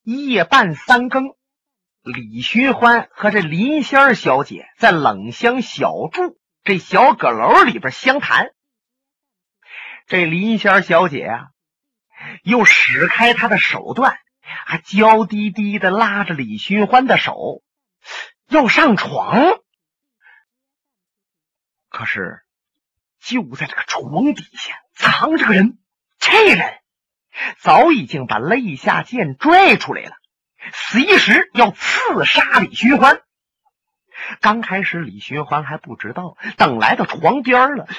夜半3更，李寻欢和这林仙儿小姐在冷香小筑这小阁楼里边相谈。这林仙儿小姐啊，又使开她的手段，还娇滴滴的拉着李寻欢的手要上床。可是就在这个床底下藏着个人，这人早已经把肋下剑拽出来了，随时要刺杀李寻欢。刚开始李寻欢还不知道，等来到床边了，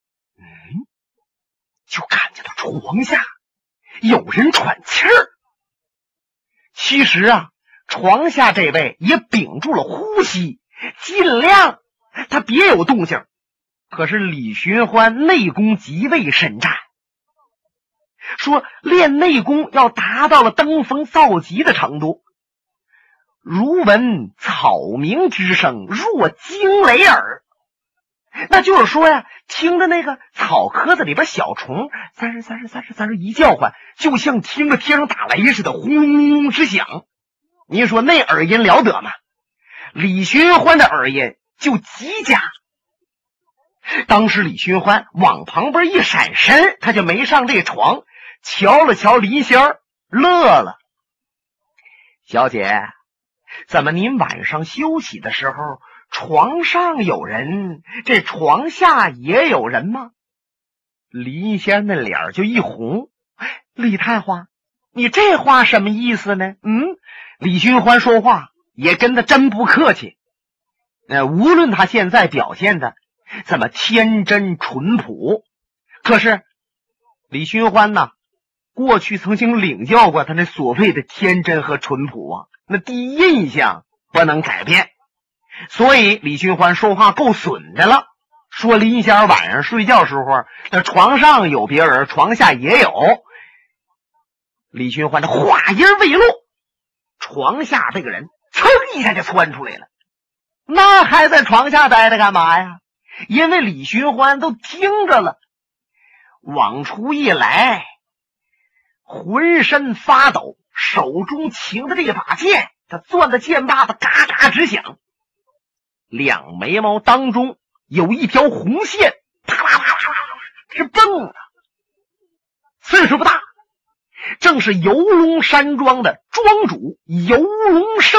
就看见到床下有人喘气儿。其实啊，床下这位也屏住了呼吸，尽量他别有动静。可是李寻欢内功极为深湛，说练内功要达到了登峰造极的程度。如闻草鸣之声，若惊雷耳。那就是说呀，听着那个草棵子里边小虫滋滋一叫唤，就像听着天上打雷似的，轰隆隆直响。你说那耳音了得吗？李寻欢的耳音就极佳。当时李寻欢往旁边一闪身，他就没上这床，瞧了瞧林仙儿，乐了。小姐，怎么您晚上休息的时候床上有人，这床下也有人吗？林仙儿那脸就一红。李太花，你这话什么意思呢？李寻欢说话也跟他真不客气。无论他现在表现的怎么天真淳朴，可是李寻欢呢，过去曾经领教过他那所谓的天真和淳朴啊，那第一印象不能改变。所以李寻欢说话够损的了，说林仙儿晚上睡觉时候那床上有别人，床下也有。李寻欢的话音未落，床下这个人噌一下就窜出来了。那还在床下待着干嘛呀？因为李寻欢都听着了，往出一来，浑身发抖，手中擎着这把剑，他攥的剑把子嘎嘎直响，两眉毛当中有一条红线啪啪啪啪是蹦的。岁数不大，正是游龙山庄的庄主游龙生。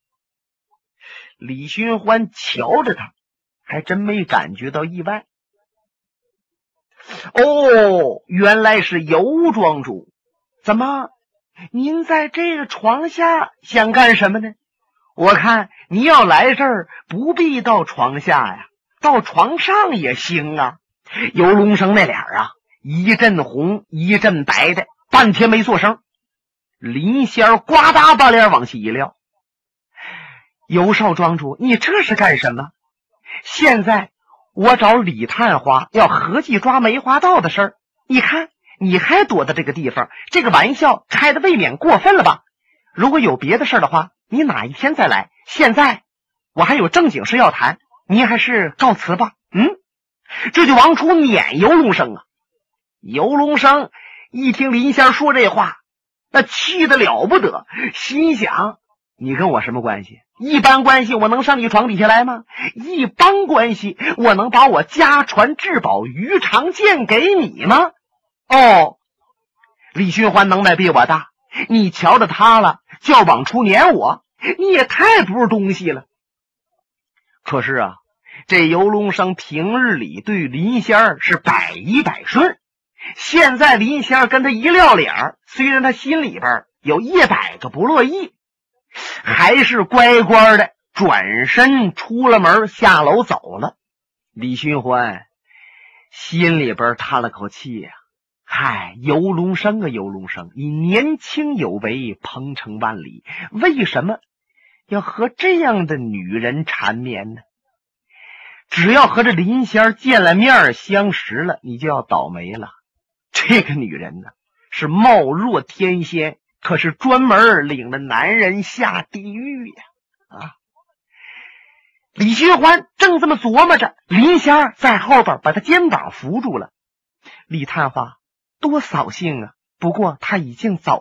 李寻欢瞧着他，还真没感觉到意外。哦，原来是游庄主。怎么您在这个床下想干什么呢？我看你要来这儿不必到床下呀，到床上也行啊。游龙生那脸啊，一阵红一阵白的，半天没做声。林仙儿呱嗒把脸往下一撂。游少庄主，你这是干什么？现在我找李探花要合计抓梅花盗的事儿，你看你还躲在这个地方，这个玩笑开的未免过分了吧？如果有别的事儿的话，你哪一天再来，现在我还有正经事要谈，您还是告辞吧。这就往出撵游龙生啊。游龙生一听林仙说这话，那气得了不得，心想你跟我什么关系？一般关系我能上你床底下来吗？一般关系我能把我家传至宝鱼肠剑给你吗？哦，李寻欢能耐比我大，你瞧着他了就要往出撵我，你也太不是东西了。可是啊，这游龙生平日里对林仙儿是百依百顺，现在林仙儿跟他一撂脸，虽然他心里边有100个不乐意，还是乖乖的转身出了门，下楼走了。李寻欢心里边叹了口气呀，嗨，游龙生啊游龙生，你年轻有为，鹏程万里，为什么要和这样的女人缠绵呢？只要和这林仙儿见了面相识了，你就要倒霉了。这个女人呢，是貌若天仙，可是专门领着男人下地狱呀！李寻欢正这么琢磨着，林仙儿在后边把他肩膀扶住了。李探花，多扫兴啊！不过他已经走了，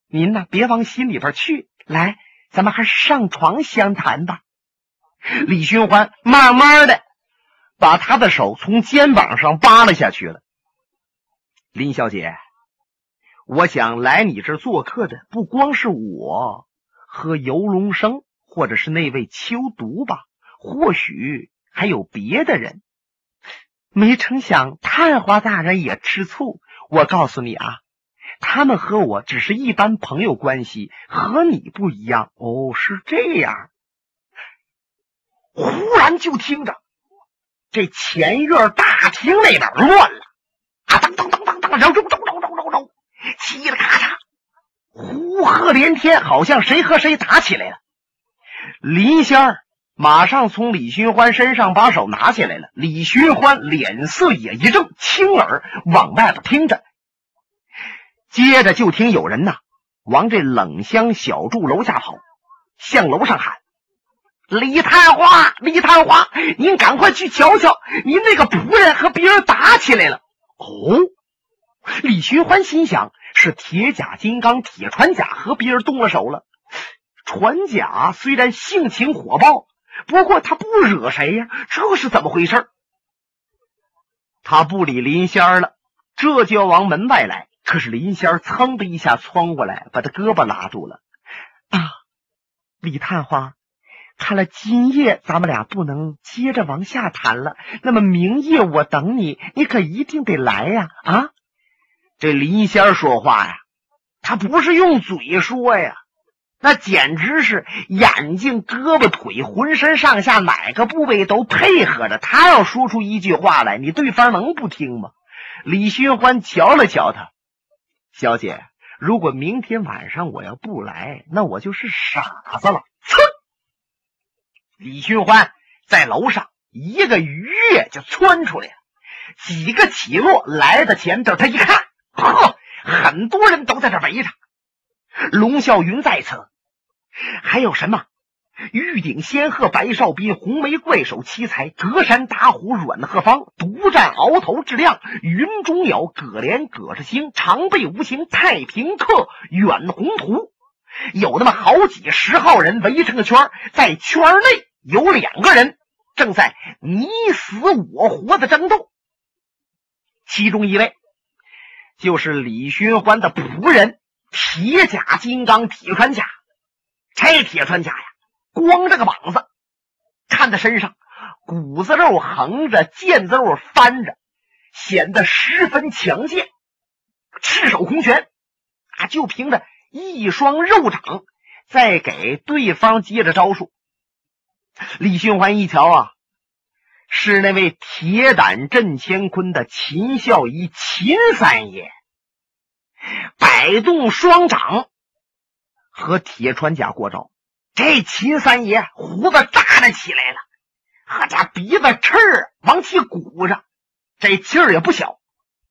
您呢别往心里边去，来，咱们还是上床相谈吧。李寻欢慢慢的把他的手从肩膀上扒拉下去了。林小姐，我想来你这儿做客的不光是我和游龙生或者是那位秋毒吧，或许还有别的人。没成想探花大人也吃醋，我告诉你啊，他们和我只是一般朋友关系，和你不一样。哦，是这样。忽然就听着这前院大厅那边乱了啊，当当当当当，揉，嘁哩咔嚓，呼喝连天，好像谁和谁打起来了。林仙儿马上从李寻欢身上把手拿起来了，李寻欢脸色也一正，轻耳往外边听着。接着就听有人呐往这冷香小筑楼下跑，向楼上喊：李探花，李探花，您赶快去瞧瞧，您那个仆人和别人打起来了。哦，李寻欢心想，是铁甲金刚铁船甲和别人动了手了。船甲虽然性情火爆，不过他不惹谁呀，这是怎么回事？他不理林仙儿了，这就要往门外来。可是林仙儿噌的一下窜过来，把他胳膊拉住了。啊，李探花，看来今夜咱们俩不能接着往下谈了，那么明夜我等你，你可一定得来呀！啊，这林仙儿说话呀，他不是用嘴说呀，那简直是眼睛、胳膊、腿，浑身上下哪个部位都配合着。他要说出一句话来，你对方能不听吗？李寻欢瞧了瞧他，小姐，如果明天晚上我要不来，那我就是傻子了。呲！李寻欢在楼上一个鱼跃就窜出来了，几个起落来到前头，他一看，呵，很多人都在这围着。龙啸云在此，还有什么玉鼎仙鹤、白少斌、红眉怪手七才、隔山打虎、阮鹤芳、独占鳌头之亮、云中鸟、葛连、葛世兴、长背无情、太平客、远宏图，有那么好几十号人围成个圈，在圈内有2个人正在你死我活的争斗，其中一位就是李寻欢的仆人铁甲金刚铁穿甲。这铁穿甲呀，光这个膀子，看他身上骨子肉横着，腱子肉翻着，显得十分强健。赤手空拳啊，就凭着一双肉掌在给对方接着招数。李寻欢一瞧啊，是那位铁胆镇乾坤的秦孝仪秦三爷，摆动双掌和铁穿甲过招。这秦三爷胡子炸了起来了，和这鼻子翅往起鼓着，这劲儿也不小。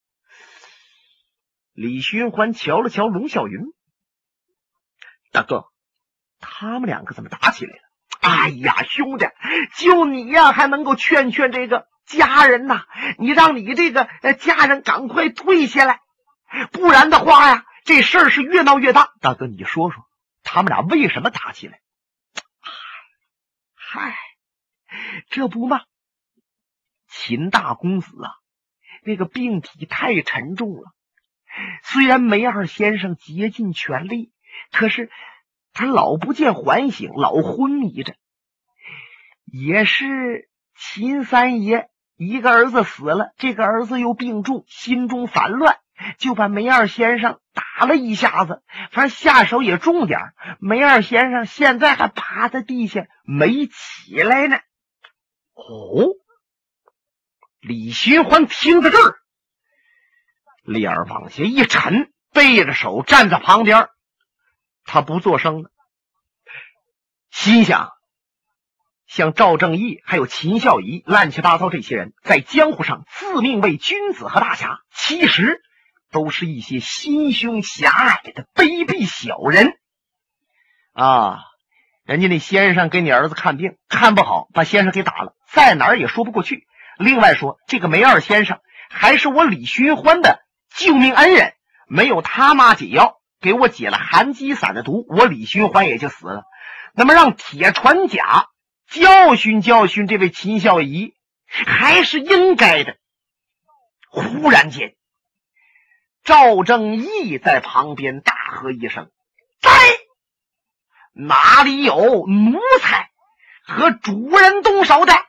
李寻欢瞧了瞧龙啸云，大哥，他们2个怎么打起来了？哎呀，兄弟，就你呀还能够劝劝这个家人呐，你让你这个家人赶快退下来，不然的话呀，这事儿是越闹越大。大哥，你说说他们俩为什么打起来？嗨，这不嘛，秦大公子啊，那个病体太沉重了，虽然梅二先生竭尽全力，可是他老不见唤醒，老昏迷着。也是秦三爷一个儿子死了，这个儿子又病重，心中烦乱，就把梅二先生打了一下子，反正下手也重点。梅二先生现在还趴在地下没起来呢。哦，李寻欢听到这儿，脸往下一沉，背着手站在旁边，他不作声了，心想，像赵正义还有秦孝仪乱七八糟这些人，在江湖上自命为君子和大侠，其实都是一些心胸狭隘的卑鄙小人啊！人家那先生给你儿子看病，看不好把先生给打了，在哪儿也说不过去。另外说，这个梅二先生还是我李寻欢的救命恩人，没有他妈解药， 给我解了寒疾散的毒，我李寻欢也就死了。那么让铁传甲教训教训这位秦孝仪还是应该的。忽然间，赵正义在旁边大喝一声：“在！哪里有奴才和主人动手的？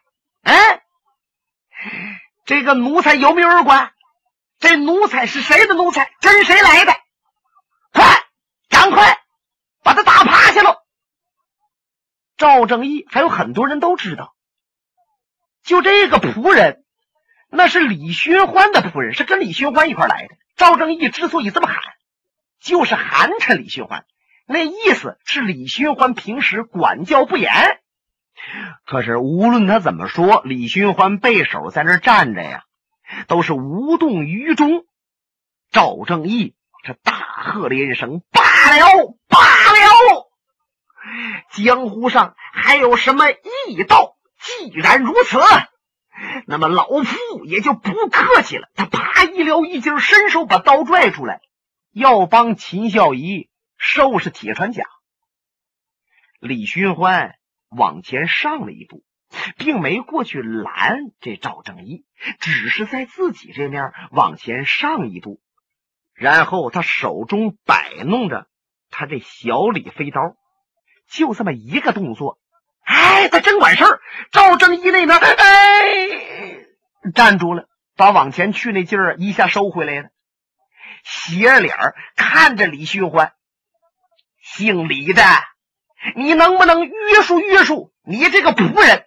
这个奴才有没有人管？这奴才是谁的奴才？跟谁来的？赶快把他打趴下喽！”赵正义还有很多人都知道，就这个仆人那是李寻欢的仆人，是跟李寻欢一块来的。赵正义之所以这么喊，就是寒碜李寻欢，那意思是李寻欢平时管教不严。可是无论他怎么说，李寻欢背手在那站着呀，都是无动于衷。赵正义这大喝连声：“罢了，罢了！江湖上还有什么义道？既然如此，那么老夫也就不客气了。”他啪一撩衣襟，伸手把刀拽出来，要帮秦孝仪收拾铁船甲。李寻欢往前上了一步，并没过去拦这赵正义，只是在自己这面往前上一步，然后他手中摆弄着他这小李飞刀，就这么一个动作，他真管事儿。赵正义那边站住了，把往前去那劲儿一下收回来了，斜着脸看着李寻欢：“姓李的，你能不能约束约束你这个仆人？”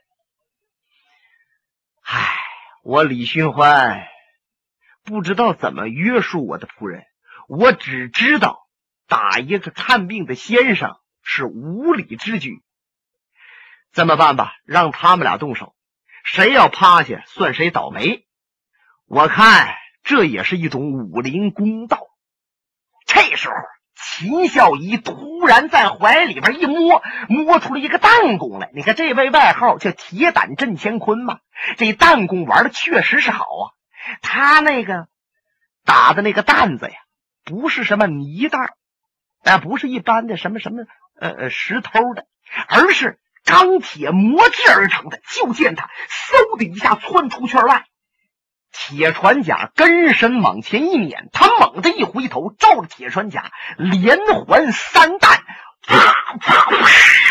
我李寻欢不知道怎么约束我的仆人，我只知道打一个看病的先生是无理之举。这么办吧，让他们俩动手，谁要趴下算谁倒霉。我看这也是一种武林公道。这时候秦孝仪突然在怀里边一摸，摸出了一个弹弓来。你看这位外号叫铁胆震乾坤嘛，这弹弓玩的确实是好啊。他那个打的那个弹子呀，不是什么泥弹，不是一般的什么石头的，而是钢铁磨制而成的。就见他嗖的一下窜出圈外，铁船甲跟身往前一撵，他猛地一回头，照着铁船甲连环3弹，啪啪啪！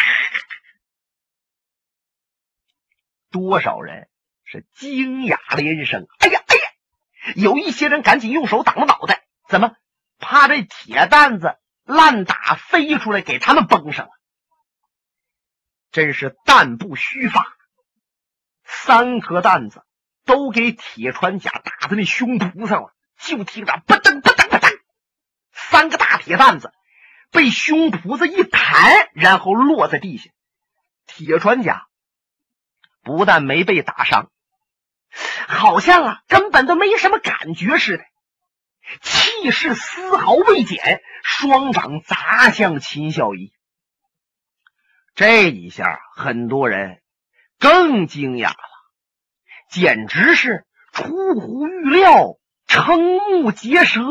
多少人是惊讶连声。哎呀！有一些人赶紧用手挡了脑袋，怎么怕这铁弹子烂打飞出来给他们崩上了？真是弹不虚发，3颗弹子都给铁船甲打在那胸脯上了，就听着吧噔吧噔吧噔，3个大铁弹子被胸脯子一弹，然后落在地下。铁船甲不但没被打伤，好像根本都没什么感觉似的，气势丝毫未减，双掌砸向秦孝仪。这一下很多人更惊讶了，简直是出乎预料，瞠目结舌。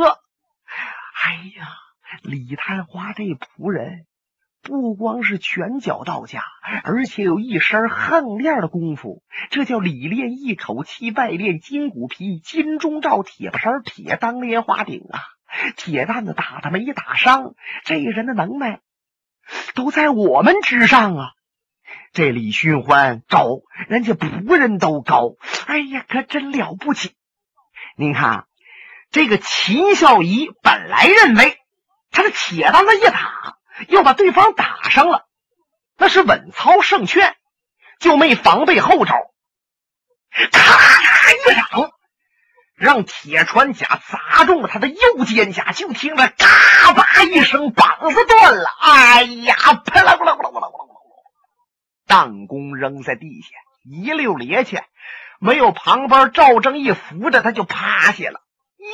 李探花这仆人不光是拳脚到家，而且有一身横练的功夫，这叫里练一口气，外练筋骨皮，金钟罩铁把衫，铁当莲花顶啊！铁蛋子打他没打伤，这人的能耐都在我们之上啊！这李寻欢高，人家仆人都高，可真了不起。您看这个秦孝仪本来认为他的铁蛋子一打要把对方打伤了，那是稳操胜券，就没防备后招，咔咔一掌让铁船甲砸中了他的右肩胛，就听着嘎巴一声，膀子断了。啪啦啪啦啪啦啪啦，弹弓扔在地下，一溜趔趄，没有旁边赵正义扶着他就趴下了。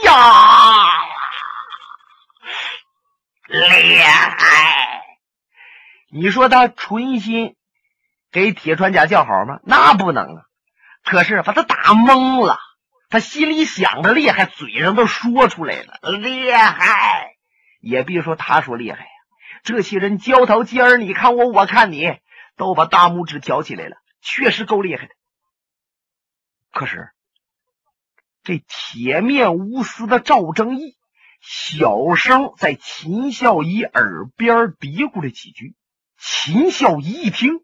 厉害！你说他存心给铁船甲叫好吗？那不能啊！可是把他打懵了，他心里想着厉害，嘴上都说出来了，厉害！ 也别说他说厉害呀，这些人交头接耳，你看我，我看你，都把大拇指挑起来了，确实够厉害的。可是这铁面无私的赵正义小声在秦孝仪耳边嘀咕了几句。秦孝仪一听，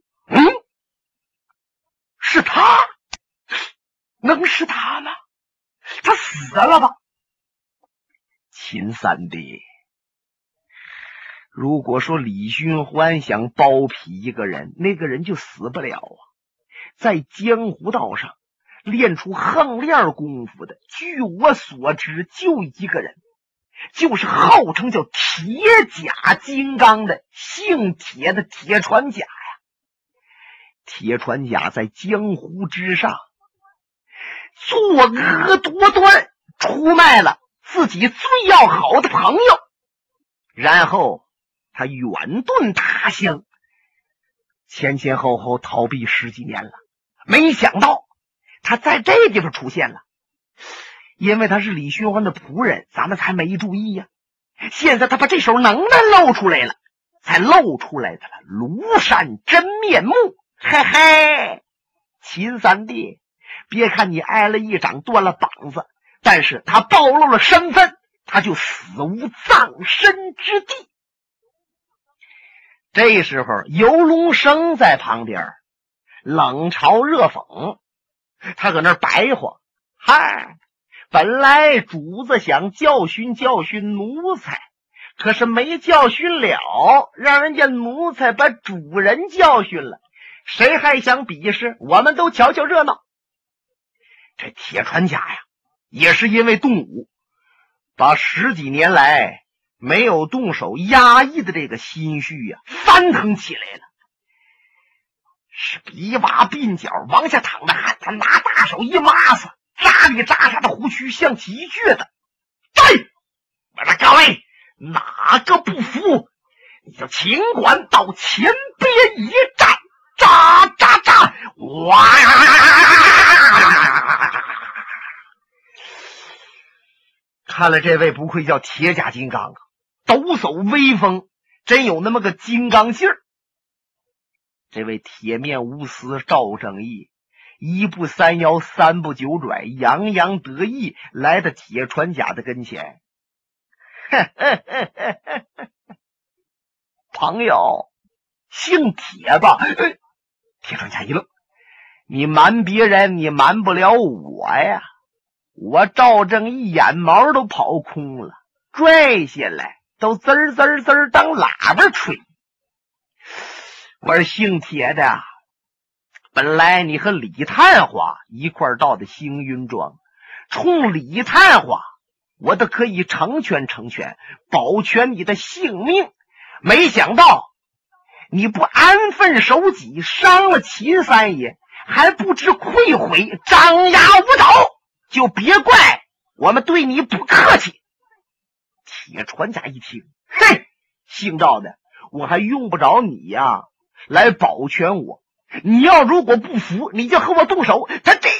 是他？能是他吗？他死了吧？秦三弟，如果说李寻欢想包庇一个人，那个人就死不了啊。在江湖道上练出横练功夫的，据我所知就一个人，就是号称叫铁甲金刚的姓铁的铁传甲呀。铁传甲在江湖之上作恶多端，出卖了自己最要好的朋友，然后他远遁他乡，前前后后逃避10几年了。没想到他在这地方出现了，因为他是李寻欢的仆人，咱们才没注意呀。现在他把这手能耐露出来了，才露出来的了庐山真面目。嘿嘿，秦三弟，别看你挨了一掌断了膀子，但是他暴露了身份，他就死无葬身之地。这时候游龙生在旁边冷嘲热讽，他搁那白话，嗨，本来主子想教训教训奴才，可是没教训了，让人家奴才把主人教训了，谁还想比试？我们都瞧瞧热闹。这铁传甲呀，也是因为动武，把10几年来没有动手压抑的这个心绪呀翻腾起来了，是鼻洼鬓角往下淌的汗，他拿大手一抹子，扎里扎沙的胡须像极倔的。对，我说各位，哪个不服，你就尽管到前边一站，扎扎扎，哇！看了这位不愧叫铁甲金刚啊，抖擞威风，真有那么个金刚劲儿。这位铁面无私赵正义1步3摇3步9拽，洋洋得意来到铁传甲的跟前。朋友，姓铁吧？铁传甲一愣，你瞒别人，你瞒不了我呀。我赵正义眼毛都跑空了，拽下来都滋儿滋儿滋儿当喇叭吹。我是姓铁的，本来你和李探花一块到的星云庄，冲李探花我都可以成全成全，保全你的性命，没想到你不安分守己，伤了秦三爷，还不知愧悔，张牙舞爪，就别怪我们对你不客气。铁传甲一听，嘿，姓赵的，我还用不着你呀来保全我，你要如果不服，你就和我动手。他这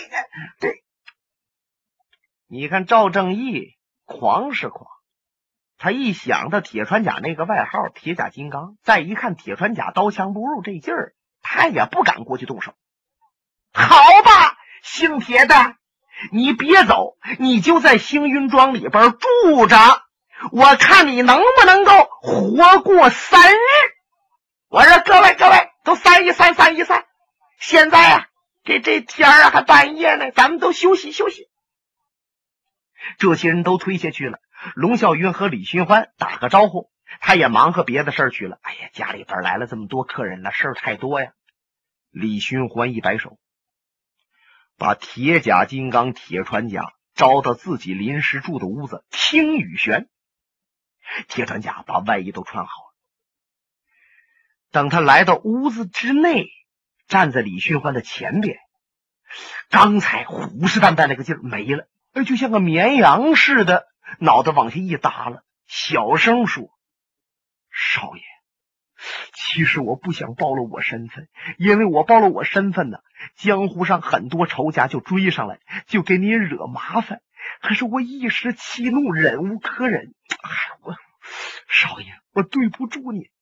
你看赵正义狂是狂，他一想到铁传甲那个外号铁甲金刚，再一看铁传甲刀枪不入这劲儿，他也不敢过去动手。好吧，姓铁的，你别走，你就在星云庄里边住着，我看你能不能够活过3日。我说各位都散一散，现在啊这天啊还半夜呢，咱们都休息休息。这些人都退下去了，龙啸云和李寻欢打个招呼，他也忙和别的事儿去了。哎呀，家里边来了这么多客人了，事儿太多呀。李寻欢一摆手，把铁甲金刚铁传甲招到自己临时住的屋子听雨轩。铁传甲把外衣都穿好了，等他来到屋子之内，站在李寻欢的前边，刚才虎视眈眈那个劲儿没了，就像个绵羊似的，脑袋往下一耷拉，小声说：少爷，其实我不想暴露我身份，因为我暴露我身份呢，江湖上很多仇家就追上来，就给你惹麻烦。可是我一时气怒，忍无可忍。 少爷，我对不住你。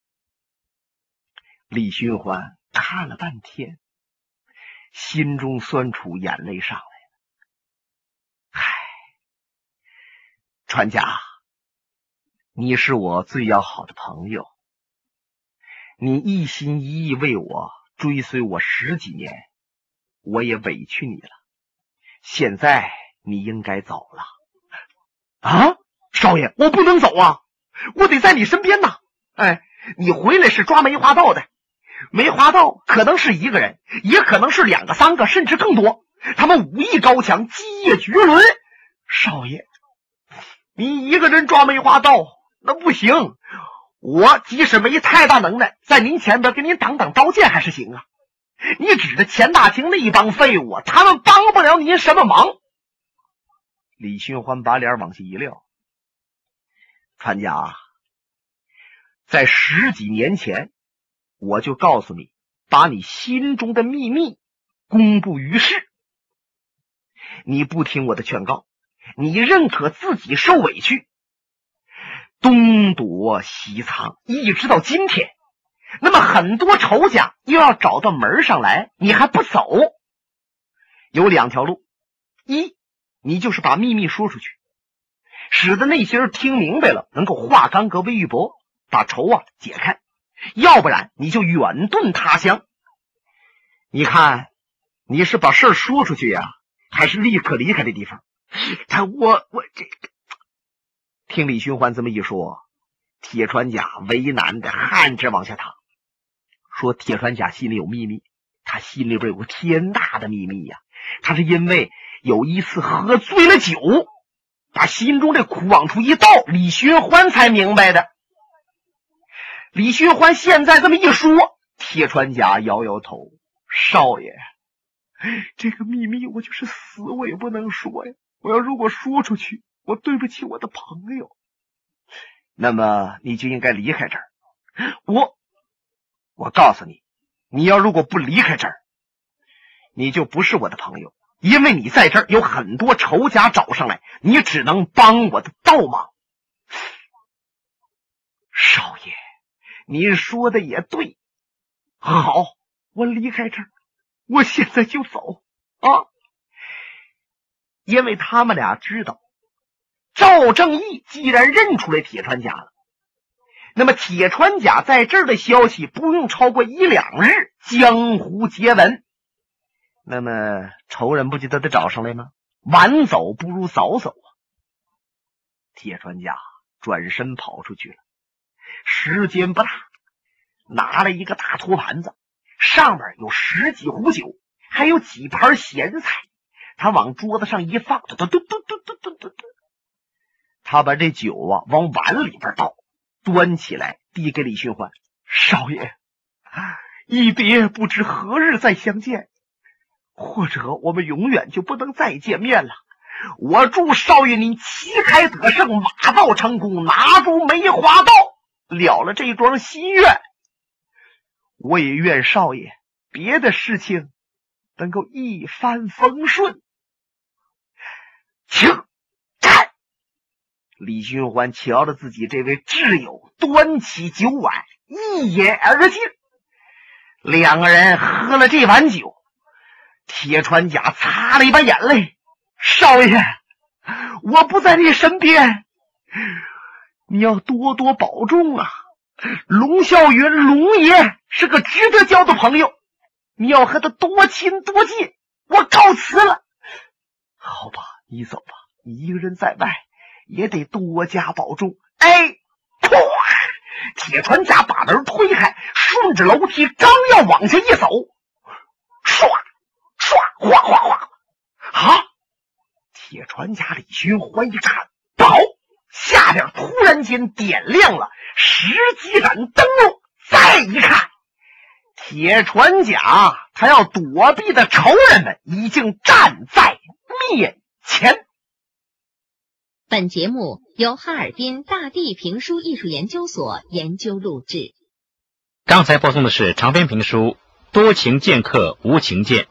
李寻欢看了半天，心中酸楚，眼泪上来了。唉，船家，你是我最要好的朋友，你一心一意为我追随我10几年，我也委屈你了。现在你应该走了。啊，少爷，我不能走啊，我得在你身边呐。哎，你回来是抓梅花道的，梅花道可能是1个人，也可能是2个、3个，甚至更多。他们武艺高强，基业绝伦。少爷，你1个人抓梅花道那不行，我即使没太大能耐，在您前边给您挡挡刀剑还是行啊。你指着钱大厅那一帮废物，他们帮不了您什么忙。李寻欢把脸往下一撂，船家，在10几年前，我就告诉你，把你心中的秘密公布于世。你不听我的劝告，你认可自己受委屈，东躲西藏，一直到今天。那么很多仇家又要找到门上来，你还不走？有2条路，一，你就是把秘密说出去，使得那些人听明白了，能够化干戈为玉帛，把仇解开；要不然你就远遁他乡。你看你是把事儿说出去呀，还是立刻离开这地方？我这个。听李寻欢这么一说，铁船甲为难的汗直往下淌，说铁船甲心里有秘密，他心里边有个天大的秘密呀。他是因为有一次喝醉了酒，把心中这苦往出一倒，李寻欢才明白的。李寻欢现在这么一说，铁船甲摇摇头，少爷，这个秘密我就是死我也不能说呀。我要如果说出去，我对不起我的朋友。那么你就应该离开这儿。我告诉你，你要如果不离开这儿，你就不是我的朋友，因为你在这儿有很多仇家找上来，你只能帮我的倒忙。少爷，您说的也对。好，我离开这儿，我现在就走啊。因为他们俩知道赵正义既然认出来铁船甲了，那么铁船甲在这儿的消息不用超过1、2日，江湖皆闻。那么仇人不就得找上来吗？晚走不如早走啊！铁船甲转身跑出去了，时间不大，拿了一个大托盘子，上面有10几壶酒，还有几盘咸菜。他往桌子上一放，他把这酒往碗里边倒，端起来递给李寻欢。少爷，一别不知何日再相见，或者我们永远就不能再见面了。我祝少爷您旗开得胜，马到成功，拿住梅花道，了了这桩心愿。我也愿少爷别的事情能够一帆风顺。请战！李寻欢瞧着自己这位挚友，端起酒碗一饮而尽。2个人喝了这碗酒，铁船甲擦了一把眼泪。少爷，我不在你身边，你要多多保重啊。龙啸云龙爷是个值得交的朋友，你要和他多亲多近。我告辞了。好吧，你走吧，你一个人在外也得多加保重。哎，铁船甲把门推开，顺着楼梯刚要往下一走，唰唰哗哗哗，啊！铁船甲李寻欢一看，宝，下边突然间点亮了10几盏灯笼。再一看，铁船甲他要躲避的仇人们已经站在面前。 本节目由哈尔滨大地评书艺术研究所研究录制。 刚才播送的是长篇评书《多情剑客无情剑》，